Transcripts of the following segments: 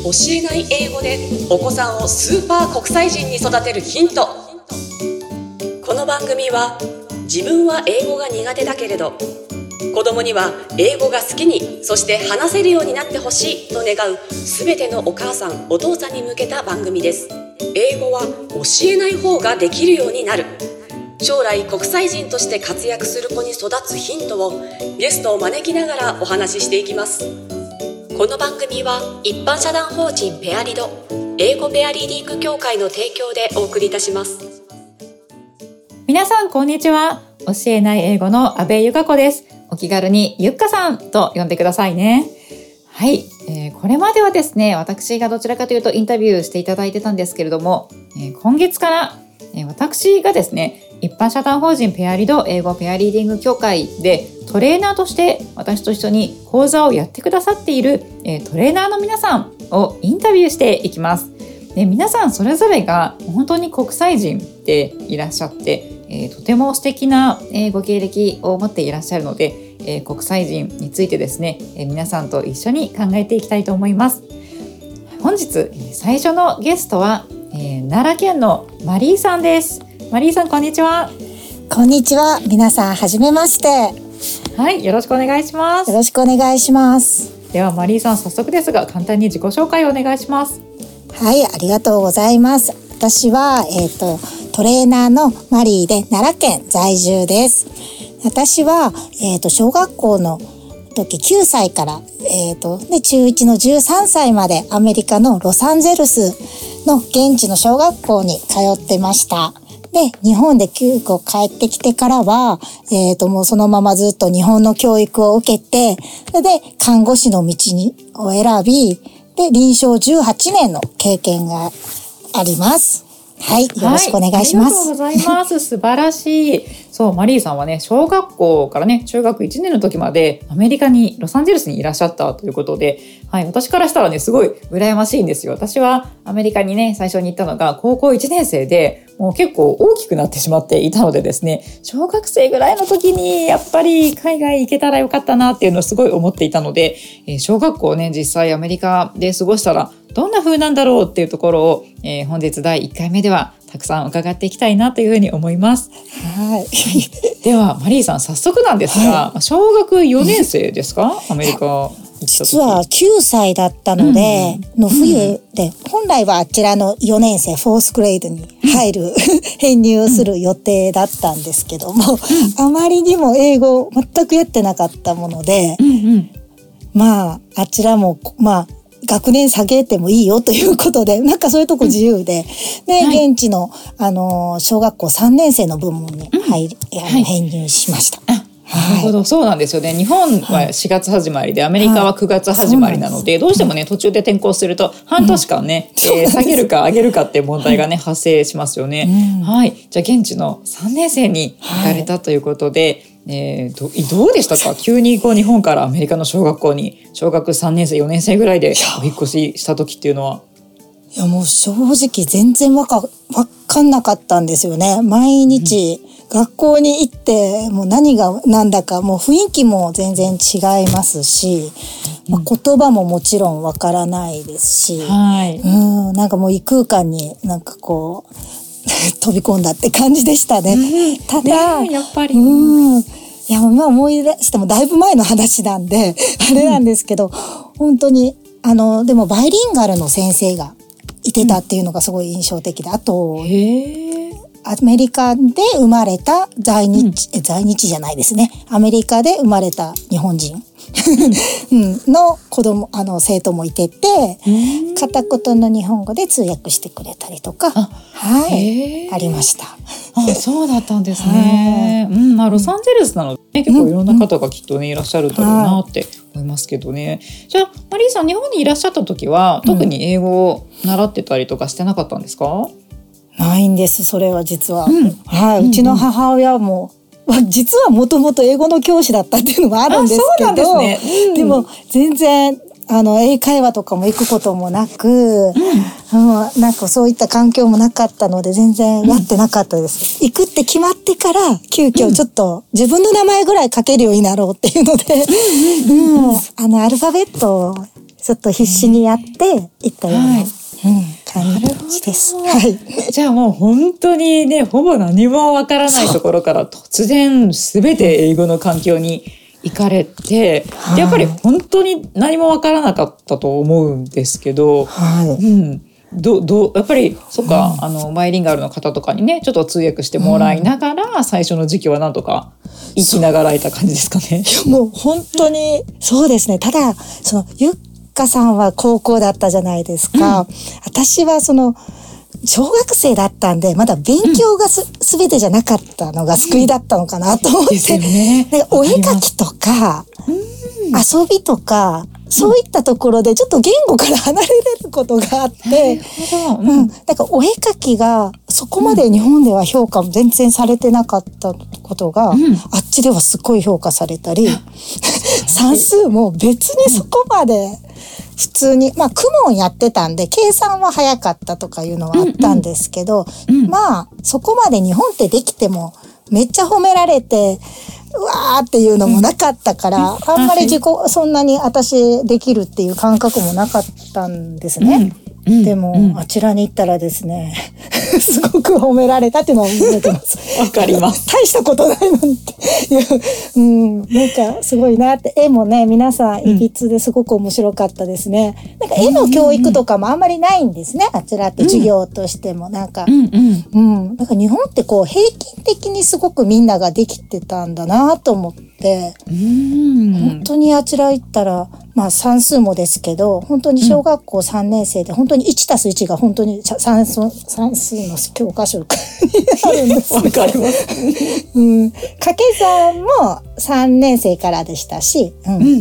教えない英語でお子さんをスーパー国際人に育てるヒント。この番組は自分は英語が苦手だけれど子供には英語が好きに、そして話せるようになってほしいと願うすべてのお母さんお父さんに向けた番組です。英語は教えない方ができるようになる。将来国際人として活躍する子に育つヒントをゲストを招きながらお話ししていきます。この番組は一般社団法人ペアリド英語ペアリーディング協会の提供でお送りいたします。 皆さんこんにちは。教えない英語の阿部由香子です。お気軽にゆっかさんと呼んでくださいね。はい、これまではですね、私がどちらかというとインタビューしていただいてたんですけれども、今月から、私がですね、一般社団法人ペアリド英語ペアリーディング協会でトレーナーとして私と一緒に講座をやってくださっている、トレーナーの皆さんをインタビューしていきます。で、皆さんそれぞれが本当に国際人でいらっしゃって、とても素敵な、ご経歴を持っていらっしゃるので、国際人についてですね、皆さんと一緒に考えていきたいと思います。本日最初のゲストは、奈良県のマリーさんです。マリーさんこんにちは。 こんにちは。皆さんはじめまして。 はい、よろしくお願いします。 よろしくお願いします。 ではマリーさん、早速ですが簡単に自己紹介をお願いします。 はい、ありがとうございます。私は、トレーナーのマリーで奈良県在住です。私は、小学校の時9歳から、で中1の13歳までアメリカのロサンゼルスの現地の小学校に通ってました。で、日本で帰ってきてからは、もうそのままずっと日本の教育を受けて、それで看護師の道を選び、で、臨床18年の経験があります。はい、よろしくお願いします。 ありがとうございます。素晴らしい。そう、マリーさんはね、小学校からね、中学1年の時までアメリカにロサンゼルスにいらっしゃったということで、はい、私からしたらね、すごい羨ましいんですよ。私はアメリカにね、最初に行ったのが高校1年生で、もう結構大きくなってしまっていたのでですね、小学生ぐらいの時にやっぱり海外行けたらよかったなっていうのをすごい思っていたので、小学校ね、実際アメリカで過ごしたらどんな風なんだろうっていうところを、本日第1回目ではたくさん伺っていきたいなというふうに思います。 はい。 ではマリーさん、早速なんですが、小学4年生ですか？アメリカ。 実は9歳だったので、の冬で、本来はあちらの4年生、フォースグレードに入る、編入する予定だったんですけども、あまりにも英語を全くやってなかったもので、まあ、あちらも、学年下げてもいいよということで、なんかそういうとこ自由で、で、現地の、小学校3年生の部門に編入しました。 なるほど、そうなんですよね。日本は4月始まりで、アメリカは9月始まりなので、どうしてもね、途中で転校すると半年間ね、下げるか上げるかっていう問題がね、発生しますよね。はい。じゃあ現地の3年生に行かれたということで、どうでしたか？急に日本からアメリカの小学校に小学3年生4年生ぐらいでお引っ越しした時っていうのは。 いや、もう正直全然わかんなかったんですよね。毎日学校に行ってもう何が何だか、もう雰囲気も全然違いますし、言葉ももちろんわからないですし、なんかもう異空間になんかこう飛び込んだって感じでしたね。ただ、 やっぱり、 いや、今思い出してもだいぶ前の話なんであれなんですけど、本当にでもバイリンガルの先生がいてたっていうのがすごい印象的で、あとアメリカで生まれた在日じゃないですね。アメリカで生まれた日本人の子供、生徒もいてて、片言の日本語で通訳してくれたりとか、ありました。 そうだったんですね。ロサンゼルスなので、結構いろんな方がきっとね、いらっしゃるだろうなって思いますけどね。じゃあマリーさん、日本にいらっしゃった時は特に英語を習ってたりとかしてなかったんですか？ ないんです、それは実は。うちの母親も実はもともと英語の教師だったっていうのもあるんですけど、でも全然英会話とかも行くこともなく、なんかそういった環境もなかったので全然やってなかったです。行くって決まってから急遽ちょっと自分の名前ぐらい書けるようになろうっていうので、アルファベットをちょっと必死にやっていったような、 はい感じです。はい。 じゃあもう本当にね、ほぼ何もわからないところから突然全て英語の環境に行かれて、でやっぱり本当に何もわからなかったと思うんですけど、 はい。 やっぱりそっか、バイリンガルの方とかにねちょっと通訳してもらいながら、最初の時期はなんとか生きながらいた感じですかね。 もう本当にそうですね。ただそのゆっかさんは高校だったじゃないですか。私はその小学生だったんでまだ勉強が全てじゃなかったのが救いだったのかなと思って、 ですよね。 お絵描きとか遊びとかそういったところでちょっと言語から離れることがあって、だからお絵描きがそこまで日本では評価も全然されてなかったことが、あっちではすごい評価されたり、算数も別にそこまで普通に、まあ公文やってたんで計算は早かったとかいうのはあったんですけど、まあそこまで日本ってできてもめっちゃ褒められてうわーっていうのもなかったから、あんまりそんなに私できるっていう感覚もなかったんですね。でも、あちらに行ったらですねすごく褒められたっていうのは覚えてます。 わかります。 大したことないのにっていう、なんかすごいなって。絵もね皆さんいびつですごく面白かったですね。なんか絵の教育とかもあんまりないんですね、あちらって授業としてもなんか、なんか日本ってこう平均的にすごくみんなができてたんだなと思って、本当にあちら行ったらまあ算数もですけど本当に小学校3年生で本当に 1+1 が本当に算数の教科書にあるんですよ。 わかります。 掛け算も3年生からでしたし、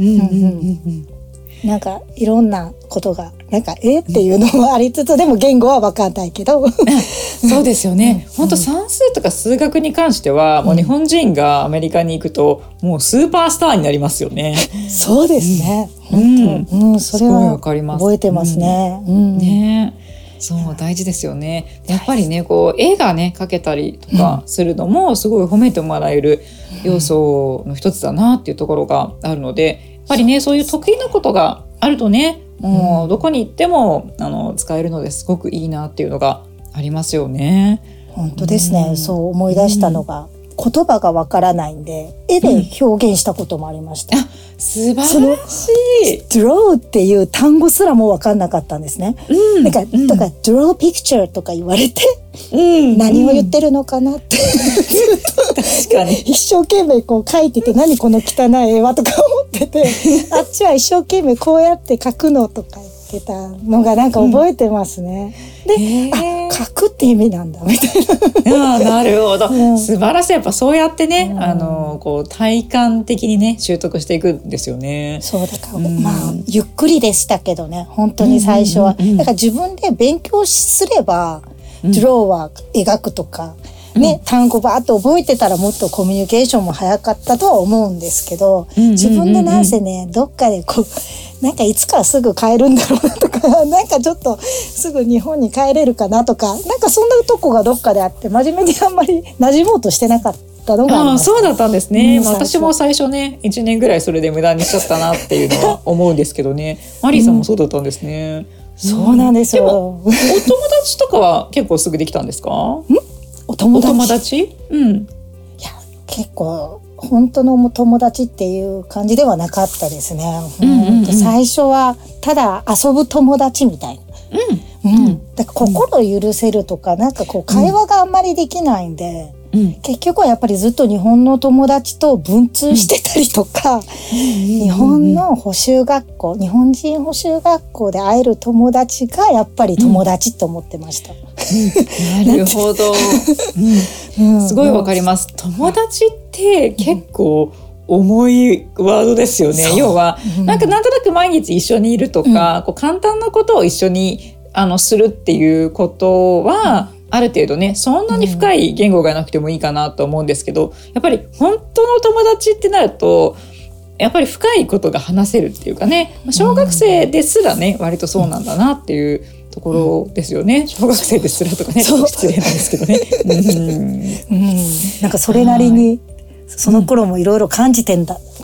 なんかいろんなことがなんかっていうのもありつつ、でも言語は分かんないけどそうですよね。本当算数とか数学に関しては、もう日本人がアメリカに行くともうスーパースターになりますよね。 そうですね。それは覚えてますね。 ね。そう大事ですよね。やっぱりねこう絵がね描けたりとかするのもすごい褒めてもらえる要素の一つだなっていうところがあるので、やっぱりねそういう得意なことがあるとね、もうどこに行っても使えるのですごくいいなっていうのがありますよね。 本当ですね。そう思い出したのが、言葉がわからないんで絵で表現したこともありました。 素晴らしい。 draw っていう単語すらも分かんなかったんですね。だから draw picture とか言われて、何を言ってるのかなって確かに一生懸命こう書いてて、何この汚い絵はとか思っててあっちは一生懸命こうやって書くのとか言ってたのがなんか覚えてますね。で、書くって意味なんだみたいな。 なるほど、素晴らしい。やっぱそうやってね、こう体感的にね習得していくんですよね。 そうだから、まあゆっくりでしたけどね、本当に最初は、だから自分で勉強すれば、ドローは描くとかね、単語ばーっと覚えてたらもっとコミュニケーションも早かったとは思うんですけど、自分でなんせねどっかでこうなんかいつかすぐ帰るんだろうなとかなんかちょっとすぐ日本に帰れるかなとか、なんかそんなとこがどっかであって真面目にあんまり馴染もうとしてなかったのがありました。 そうだったんですね。私も最初ね1年ぐらいそれで無駄にしちゃったなっていうのは思うんですけどねマリーさんもそうだったんですね。 そうなんですよ。 でもお友達とかは結構すぐできたんですか？ お友達？いや結構本当の友達っていう感じではなかったですね。最初はただ遊ぶ友達みたいな。だから心許せるとかなんかこう会話があんまりできないんで、結局はやっぱりずっと日本の友達と文通してたりとか、日本の補習学校、日本人補習学校で会える友達がやっぱり友達と思ってました。 なるほど。すごいわかります。友達って結構重いワードですよね。要はなんとなく毎日一緒にいるとか、こう簡単なことを一緒にするっていうことは、ある程度ねそんなに深い言語がなくてもいいかなと思うんですけど、やっぱり本当の友達ってなるとやっぱり深いことが話せるっていうかね、小学生ですらね割とそうなんだなっていうところですよね。小学生ですらとかね失礼なんですけどね。 なんかそれなりにその頃もいろいろ感じて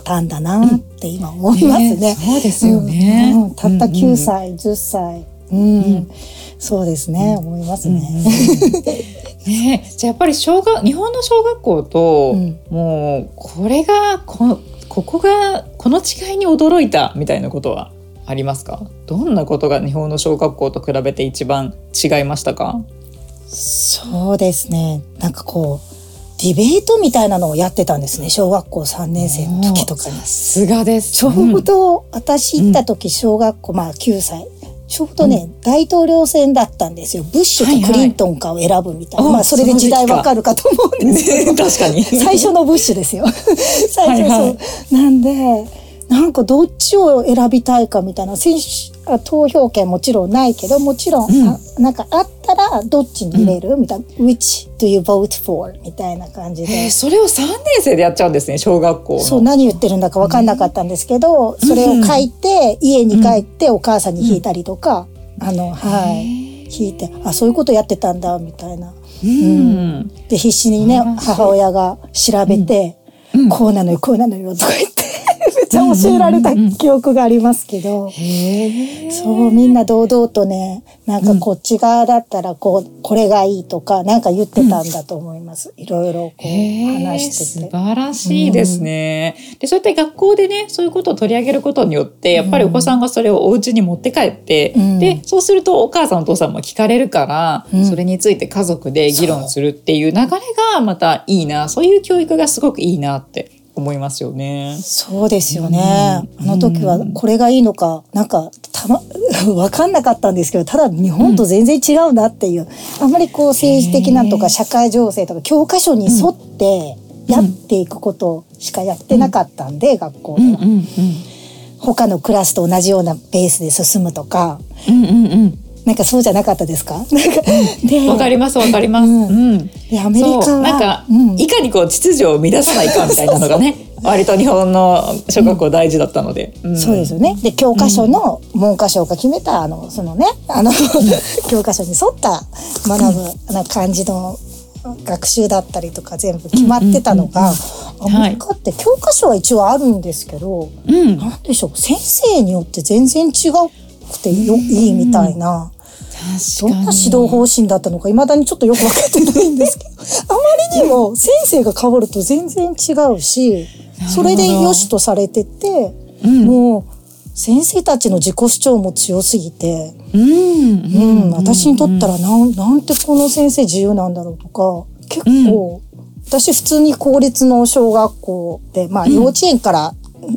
たんだなって今思いますね。 そうですよね。 たった9歳、10歳、そうですね、思いますね。 ね、じゃあやっぱり日本の小学校と、もうここがこの違いに驚いたみたいなことはありますか？どんなことが日本の小学校と比べて一番違いましたか？ そうですね、なんかこうディベートみたいなのをやってたんですね、小学校3年生の時とかに。 さすがです。 ちょうど私行った時小学校、9歳ちょうどね、大統領選だったんですよ。ブッシュとクリントンかを選ぶみたいな、それで時代わかるかと思うんですけど確かに最初のブッシュですよ最初そう、なんでなんかどっちを選びたいかみたいな、投票権もちろんないけど、もちろん、なんかあったらどっちに入れる、みたいな Which do you vote for みたいな感じで、 それを3年生でやっちゃうんですね、小学校の。 そう、何言ってるんだか分かんなかったんですけど、それを書いて、家に帰ってお母さんに弾いたりとか、弾いて、そういうことやってたんだみたいな、で必死にね母親が調べて、こうなのよこうなのよとか言ってめっちゃ教えられた記憶がありますけど、そうみんな堂々とね、なんかこっち側だったらこれがいいとかなんか言ってたんだと思います。いろいろこう話してて、 素晴らしいですね。でそうやって学校でねそういうことを取り上げることによってやっぱりお子さんがそれをお家に持って帰って、でそうするとお母さんお父さんも聞かれるから、それについて家族で議論するっていう流れがまたいいな、そういう教育がすごくいいなって思いますよね。 そうですよね。あの時はこれがいいのかなんか分かんなかったんですけど、ただ日本と全然違うなっていう、あんまりこう政治的なとか社会情勢とか教科書に沿ってやっていくことしかやってなかったんで、学校では、他のクラスと同じようなペースで進むとか、なんかそうじゃなかったですか？なんかで、 わかりますわかります。 でアメリカはなんか、いかにこう秩序を乱さないかみたいなのがね割と日本の小学校大事だったので、 そうですよね。で教科書の文科省が決めたそのね教科書に沿った学ぶ感じの学習だったりとか全部決まってたのが、アメリカって教科書は一応あるんですけど、なんでしょう、先生によって全然違くていいみたいな。どんな指導方針だったのか未だにちょっとよく分かってないんですけどあまりにも先生が変わると全然違うし、それで良しとされてて、もう先生たちの自己主張も強すぎて、私にとったらなんてこの先生自由なんだろうとか、結構、私普通に公立の小学校で、幼稚園から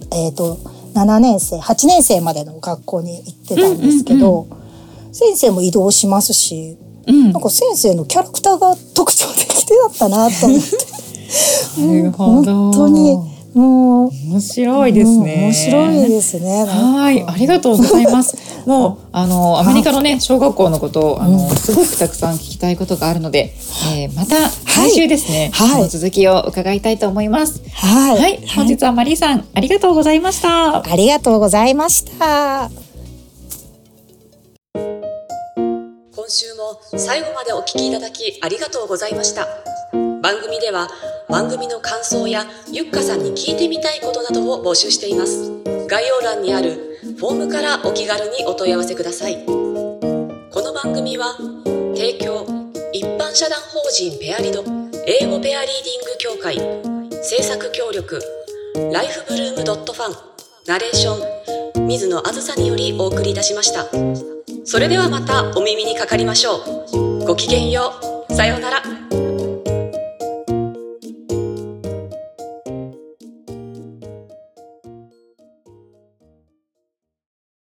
、7年生8年生までの学校に行ってたんですけど、先生も移動しますし、なんか先生のキャラクターが特徴的だったなと思って本当にもう面白いですね。 面白いですね。 はい、ありがとうございます。もうアメリカのね小学校のことをすごくたくさん聞きたいことがあるので、また来週ですね、その続きを伺いたいと思います。はい、本日はマリーさんありがとうございました。 ありがとうございました。 今週も最後までお聞きいただきありがとうございました。番組では番組の感想やゆっかさんに聞いてみたいことなどを募集しています。概要欄にあるフォームからお気軽にお問い合わせください。この番組は提供一般社団法人ペアリド英語ペアリーディング協会制作協力ライフブルームドットファンナレーション水野あずさによりお送りいたしました。それではまたお耳にかかりましょう。ごきげんよう。さようなら。